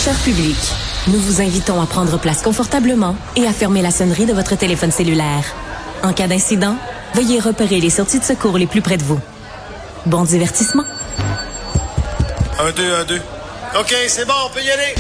Cher public, nous vous invitons à prendre place confortablement et à fermer la sonnerie de votre téléphone cellulaire. En cas d'incident, veuillez repérer les sorties de secours les plus près de vous. Bon divertissement. 1, 2, 1, 2. OK, c'est bon, on peut y aller.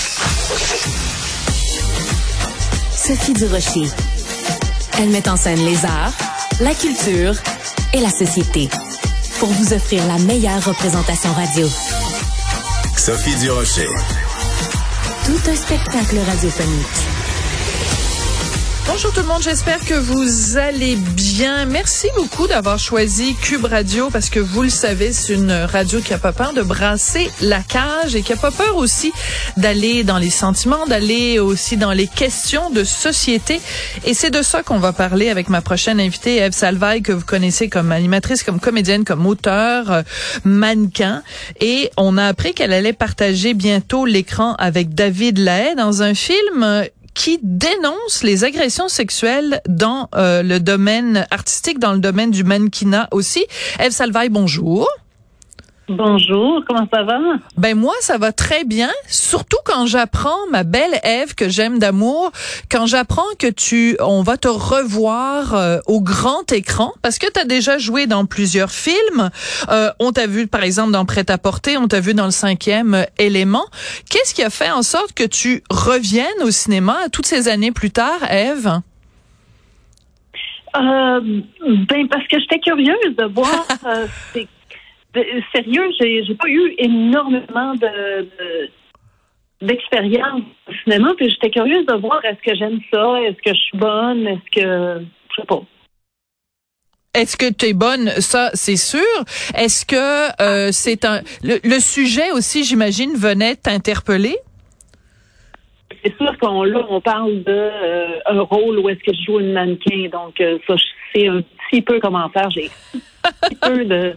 Sophie Durocher. Elle met en scène les arts, la culture et la société pour vous offrir la meilleure représentation radio. Sophie Durocher. Tout un spectacle radiophonique. Bonjour tout le monde, j'espère que vous allez bien. Merci beaucoup d'avoir choisi Cube Radio parce que vous le savez, c'est une radio qui a pas peur de brasser la cage et qui a pas peur aussi d'aller dans les sentiments, d'aller aussi dans les questions de société. Et c'est de ça qu'on va parler avec ma prochaine invitée, Ève Salvaille, que vous connaissez comme animatrice, comme comédienne, comme auteure, mannequin. Et on a appris qu'elle allait partager bientôt l'écran avec David Lahaye dans un film qui dénonce les agressions sexuelles dans le domaine artistique, dans le domaine du mannequinat aussi. Ève Salvaille, bonjour. Bonjour, comment ça va? Ben moi, ça va très bien, surtout quand j'apprends, ma belle Ève, que j'aime d'amour, quand j'apprends que on va te revoir au grand écran, parce que tu as déjà joué dans plusieurs films. On t'a vu, par exemple, dans Prêt-à-porter, on t'a vu dans Le 5e élément. Qu'est-ce qui a fait en sorte que tu reviennes au cinéma toutes ces années plus tard, Ève? Parce que j'étais curieuse de voir sérieux, j'ai pas eu énormément d'expérience au cinéma, puis j'étais curieuse de voir est-ce que j'aime ça, est-ce que je suis bonne, est-ce que je sais pas. Est-ce que tu es bonne? Ça, c'est sûr. Est-ce que c'est le sujet aussi, j'imagine, venait t'interpeller? C'est sûr on parle de un rôle où est-ce que je joue une mannequin, donc ça, je sais un petit peu comment faire. J'ai un petit peu de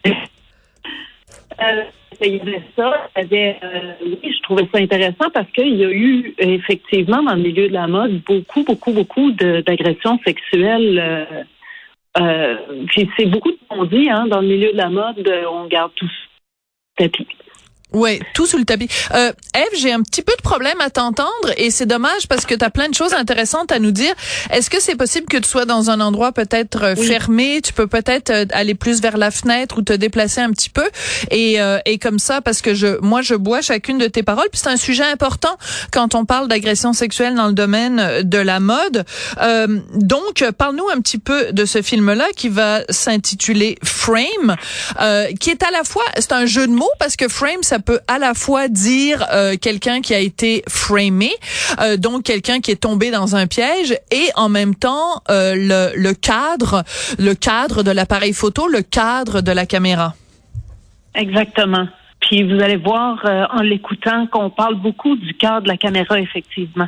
il y avait ça, oui, je trouvais ça intéressant parce qu'il y a eu effectivement dans le milieu de la mode beaucoup d'agressions sexuelles. Puis c'est beaucoup de ce qu'on dit, dans le milieu de la mode, on garde tout ça tapis. Oui, tout sous le tapis. Ève, j'ai un petit peu de problème à t'entendre et c'est dommage parce que tu as plein de choses intéressantes à nous dire. Est-ce que c'est possible que tu sois dans un endroit peut-être fermé? Tu peux peut-être aller plus vers la fenêtre ou te déplacer un petit peu et comme ça, parce que moi je bois chacune de tes paroles. Puis c'est un sujet important quand on parle d'agression sexuelle dans le domaine de la mode. Donc, parle-nous un petit peu de ce film-là qui va s'intituler Frame, qui est à la fois, c'est un jeu de mots parce que Frame, ça peut à la fois dire quelqu'un qui a été framé, donc quelqu'un qui est tombé dans un piège, et en même temps le cadre de l'appareil photo, le cadre de la caméra. Exactement. Puis vous allez voir en l'écoutant qu'on parle beaucoup du cadre de la caméra, effectivement.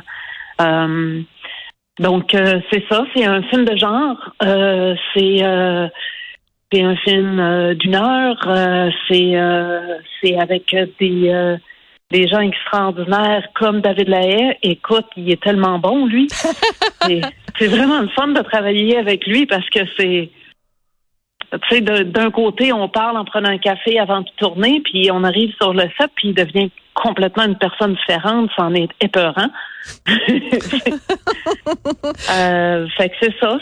Donc c'est ça, c'est un film de genre. C'est un film d'1 heure. C'est avec des gens extraordinaires comme David Lahaye. Écoute, il est tellement bon, lui. C'est vraiment le fun de travailler avec lui parce que c'est... Tu sais, d'un côté, on parle en prenant un café avant de tourner, puis on arrive sur le set, puis il devient complètement une personne différente. C'en est épeurant. Fait que c'est ça.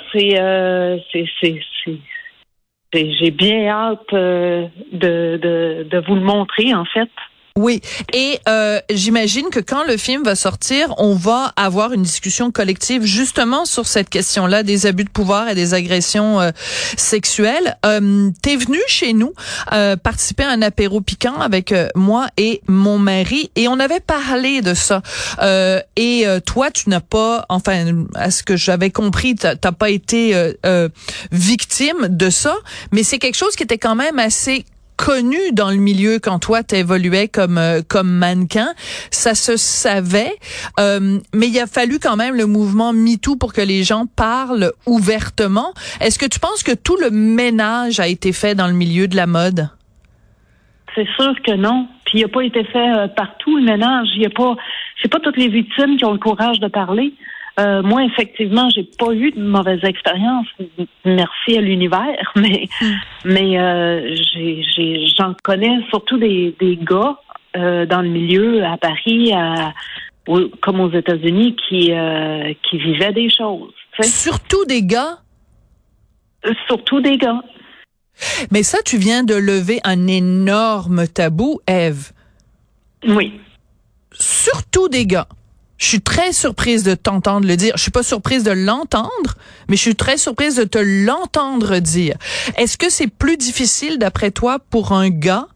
J'ai bien hâte de vous le montrer, en fait. Oui, et j'imagine que quand le film va sortir, on va avoir une discussion collective justement sur cette question-là des abus de pouvoir et des agressions sexuelles. T'es venu chez nous participer à un apéro piquant avec moi et mon mari et on avait parlé de ça. Et toi, tu n'as pas, enfin, à ce que j'avais compris, t'as pas été victime de ça, mais c'est quelque chose qui était quand même assez connu dans le milieu quand toi t'évoluais comme mannequin, ça se savait, mais il a fallu quand même le mouvement MeToo pour que les gens parlent ouvertement. Est-ce que tu penses que tout le ménage a été fait dans le milieu de la mode? C'est sûr que non. Puis il n'a pas été fait partout le ménage. C'est pas toutes les victimes qui ont le courage de parler. Moi, effectivement, j'ai pas eu de mauvaise expérience, merci à l'univers, mais j'en connais surtout des gars dans le milieu, à Paris, comme aux États-Unis, qui vivaient des choses. T'sais. Surtout des gars? Surtout des gars. Mais ça, tu viens de lever un énorme tabou, Ève. Oui. Surtout des gars. Je suis très surprise de t'entendre le dire. Je suis pas surprise de l'entendre, mais je suis très surprise de te l'entendre dire. Est-ce que c'est plus difficile, d'après toi, pour un gars?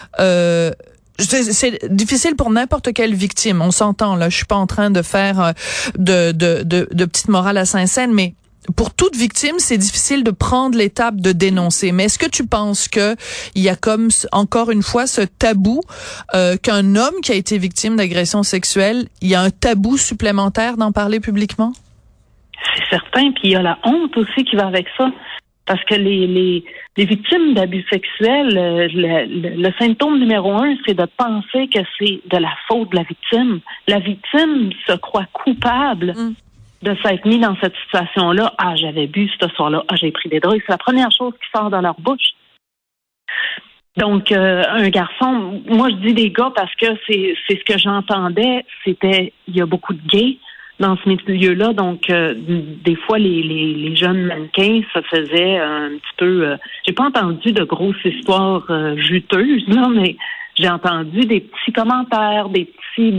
C'est difficile pour n'importe quelle victime. On s'entend, là. Je suis pas en train de faire de petite morale à Saint-Saëns, mais pour toute victime, c'est difficile de prendre l'étape de dénoncer. Mais est-ce que tu penses que il y a comme, encore une fois, ce tabou, qu'un homme qui a été victime d'agression sexuelle, il y a un tabou supplémentaire d'en parler publiquement? C'est certain. Puis il y a la honte aussi qui va avec ça. Parce que les victimes d'abus sexuels, le symptôme numéro 1, c'est de penser que c'est de la faute de la victime. La victime se croit coupable de s'être mis dans cette situation-là. Ah, j'avais bu ce soir-là. Ah, j'ai pris des drogues. C'est la première chose qui sort de leur bouche. Donc, un garçon, moi je dis des gars parce que c'est ce que j'entendais, c'était, il y a beaucoup de gays dans ce milieu-là, donc des fois les jeunes mannequins se faisaient un petit peu. J'ai pas entendu de grosses histoires juteuses là, mais j'ai entendu des petits commentaires, des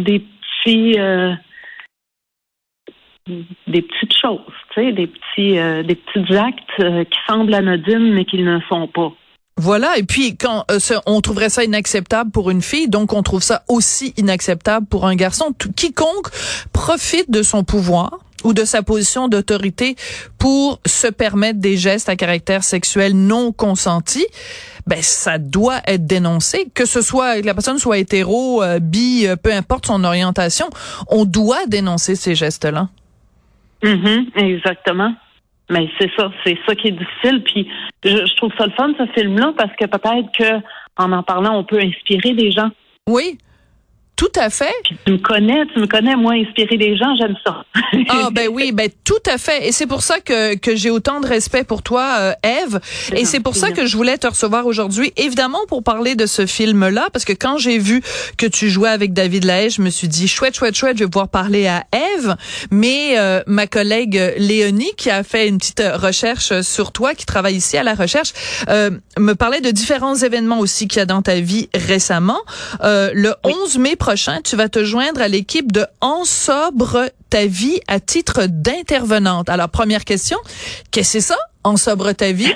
petites choses, tu sais, des petits actes qui semblent anodines mais qui ne le sont pas. Voilà, et puis quand on trouverait ça inacceptable pour une fille, donc on trouve ça aussi inacceptable pour un garçon. Quiconque profite de son pouvoir ou de sa position d'autorité pour se permettre des gestes à caractère sexuel non consentis, ben ça doit être dénoncé, que ce soit que la personne soit hétéro, bi, peu importe son orientation, on doit dénoncer ces gestes-là. Exactement. Mais c'est ça qui est difficile. Puis je trouve ça le fun, ce film-là, parce que peut-être que en parlant, on peut inspirer des gens. Oui. Tout à fait. Puis tu me connais, moi, inspirer des gens, j'aime ça. Ah ben oui, ben tout à fait. Et c'est pour ça que j'ai autant de respect pour toi, Ève. Et c'est pour ça que je voulais te recevoir aujourd'hui, évidemment pour parler de ce film-là, parce que quand j'ai vu que tu jouais avec David Lahaye, je me suis dit chouette, je vais pouvoir parler à Ève. Mais ma collègue Léonie, qui a fait une petite recherche sur toi, qui travaille ici à la recherche, me parlait de différents événements aussi qu'il y a dans ta vie récemment. Le 11 mai prochain, tu vas te joindre à l'équipe de En sobre ta vie à titre d'intervenante. Alors, première question, qu'est-ce que c'est ça, En sobre ta vie?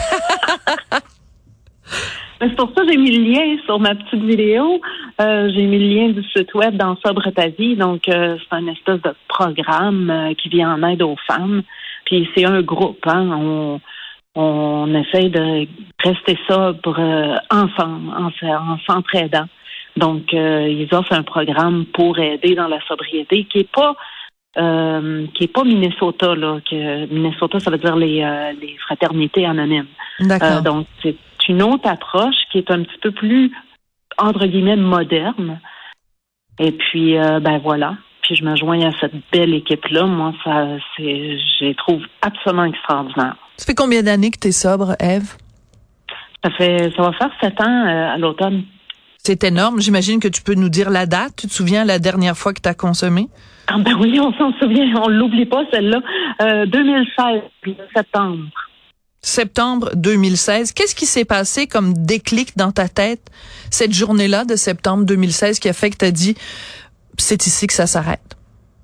C'est pour ça que j'ai mis le lien sur ma petite vidéo. J'ai mis le lien du site web d'En sobre ta vie. Donc, c'est un espèce de programme qui vient en aide aux femmes. Puis, c'est un groupe, hein. On essaie de rester sobre ensemble, en s'entraidant. Donc, ils offrent un programme pour aider dans la sobriété qui est pas Minnesota, là. Minnesota, ça veut dire les fraternités anonymes. D'accord. Donc, c'est une autre approche qui est un petit peu plus, entre guillemets, moderne. Et puis, ben voilà. Puis je me joins à cette belle équipe-là. Moi, je les trouve absolument extraordinaires. Ça fait combien d'années que tu es sobre, Ève? Ça va faire 7 ans à l'automne. C'est énorme. J'imagine que tu peux nous dire la date. Tu te souviens la dernière fois que tu as consommé? Ah ben oui, on s'en souvient. On l'oublie pas, celle-là. 2016, septembre. Septembre 2016. Qu'est-ce qui s'est passé comme déclic dans ta tête cette journée-là de septembre 2016 qui a fait que tu as dit c'est ici que ça s'arrête?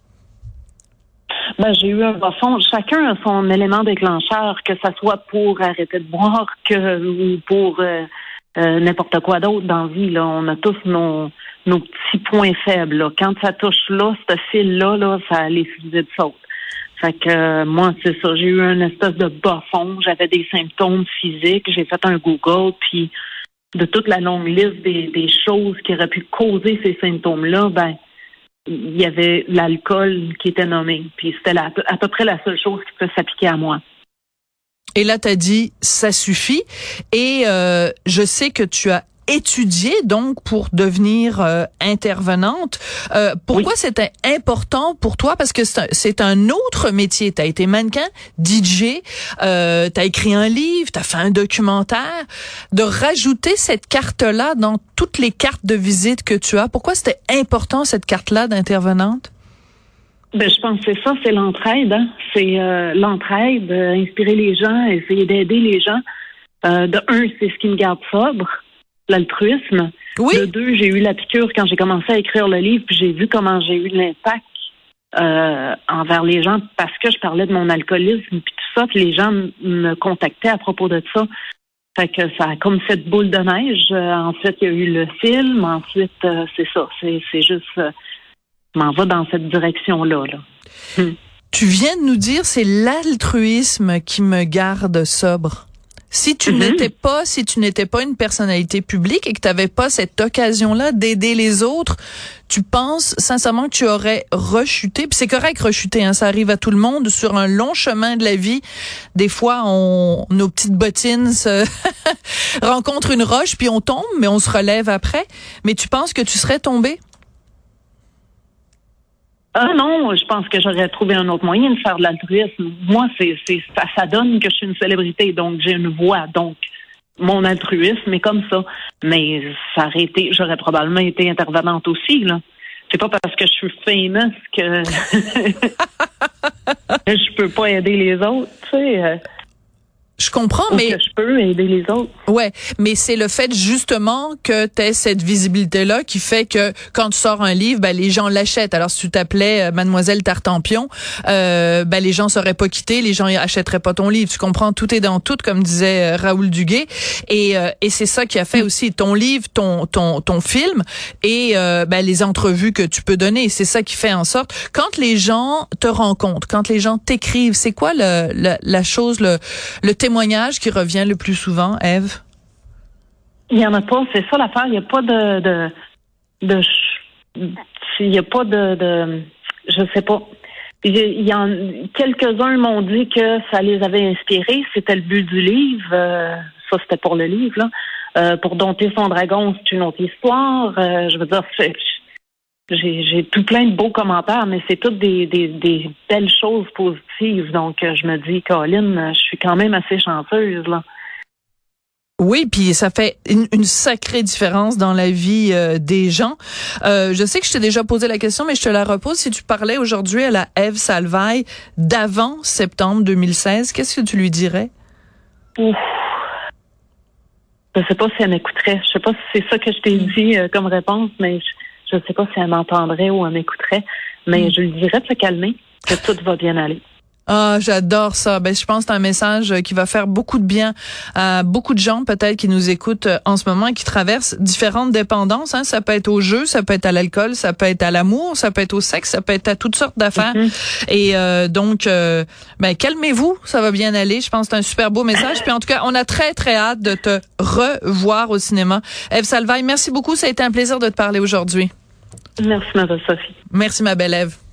Ben, j'ai eu un bas fond. Chacun a son élément déclencheur, que ça soit pour arrêter de boire ou pour n'importe quoi d'autre dans la vie. Là. On a tous nos petits points faibles. Là. Quand ça touche là, ce fil-là, là, ça les fusées de saute. Fait que moi, c'est ça. J'ai eu une espèce de bas fond. J'avais des symptômes physiques. J'ai fait un Google, puis de toute la longue liste des choses qui auraient pu causer ces symptômes-là, ben il y avait l'alcool qui était nommé. Puis c'était à peu près la seule chose qui peut s'appliquer à moi. Et là, t'as dit, ça suffit. Et je sais que tu as étudié donc pour devenir intervenante. Pourquoi c'était important pour toi? Parce que c'est un autre métier. Tu as été mannequin, DJ, tu as écrit un livre, tu as fait un documentaire. De rajouter cette carte-là dans toutes les cartes de visite que tu as, pourquoi c'était important cette carte-là d'intervenante? Je pense que c'est ça, c'est l'entraide. Hein? C'est l'entraide, inspirer les gens, essayer d'aider les gens. De un, c'est ce qui me garde sobre, l'altruisme. Oui. De deux, j'ai eu la piqûre quand j'ai commencé à écrire le livre, puis j'ai vu comment j'ai eu de l'impact envers les gens parce que je parlais de mon alcoolisme puis tout ça, puis les gens me contactaient à propos de ça. Fait que ça a comme fait boule de neige. Ensuite, il y a eu le film. Ensuite, c'est ça. C'est juste... je m'en vais dans cette direction-là. Là. Tu viens de nous dire, c'est l'altruisme qui me garde sobre. Si tu n'étais pas une personnalité publique et que tu n'avais pas cette occasion-là d'aider les autres, tu penses sincèrement que tu aurais rechuté? Puis c'est correct rechuter, hein, ça arrive à tout le monde sur un long chemin de la vie. Des fois, nos petites bottines se rencontrent une roche puis on tombe, mais on se relève après. Mais tu penses que tu serais tombé? Ah non, je pense que j'aurais trouvé un autre moyen de faire de l'altruisme. Moi, ça donne que je suis une célébrité, donc j'ai une voix, donc mon altruisme est comme ça. Mais j'aurais probablement été intervenante aussi, là. C'est pas parce que je suis famous que je peux pas aider les autres, tu sais. Je comprends, mais que je peux aider les autres. Ouais, mais c'est le fait justement que t'aies cette visibilité-là qui fait que quand tu sors un livre, les gens l'achètent. Alors si tu t'appelais Mademoiselle Tartampion, les gens seraient pas quittés, les gens achèteraient pas ton livre. Tu comprends, tout est dans tout, comme disait Raoul Duguay. Et c'est ça qui a fait aussi ton livre, ton film et les entrevues que tu peux donner. C'est ça qui fait en sorte quand les gens te rencontrent, quand les gens t'écrivent, c'est quoi la chose, le témoignage qui revient le plus souvent, Ève? Il y en a pas, c'est ça l'affaire. Il n'y a pas il y a pas de je sais pas. Quelques-uns m'ont dit que ça les avait inspirés. C'était le but du livre. Ça, c'était pour le livre, là. Pour Dompter son dragon, c'est une autre histoire. Je veux dire, j'ai tout plein de beaux commentaires, mais c'est toutes des belles choses positives. Donc, je me dis, Colin, je suis quand même assez chanceuse, là. Oui, puis ça fait une sacrée différence dans la vie des gens. Je sais que je t'ai déjà posé la question, mais je te la repose. Si tu parlais aujourd'hui à la Ève Salvaille d'avant septembre 2016, qu'est-ce que tu lui dirais? Ouf. Je sais pas si elle m'écouterait. Je sais pas si c'est ça que je t'ai dit comme réponse, mais je ne sais pas si elle m'entendrait ou elle m'écouterait, mais je lui dirais de se calmer, que tout va bien aller. Ah, j'adore ça. Je pense que c'est un message qui va faire beaucoup de bien à beaucoup de gens peut-être qui nous écoutent en ce moment et qui traversent différentes dépendances. Hein. Ça peut être au jeu, ça peut être à l'alcool, ça peut être à l'amour, ça peut être au sexe, ça peut être à toutes sortes d'affaires. Et donc, calmez-vous, ça va bien aller. Je pense que c'est un super beau message. Puis en tout cas, on a très, très hâte de te revoir au cinéma. Ève Salvaille, merci beaucoup. Ça a été un plaisir de te parler aujourd'hui. Merci, ma belle Sophie. Merci, ma belle Ève.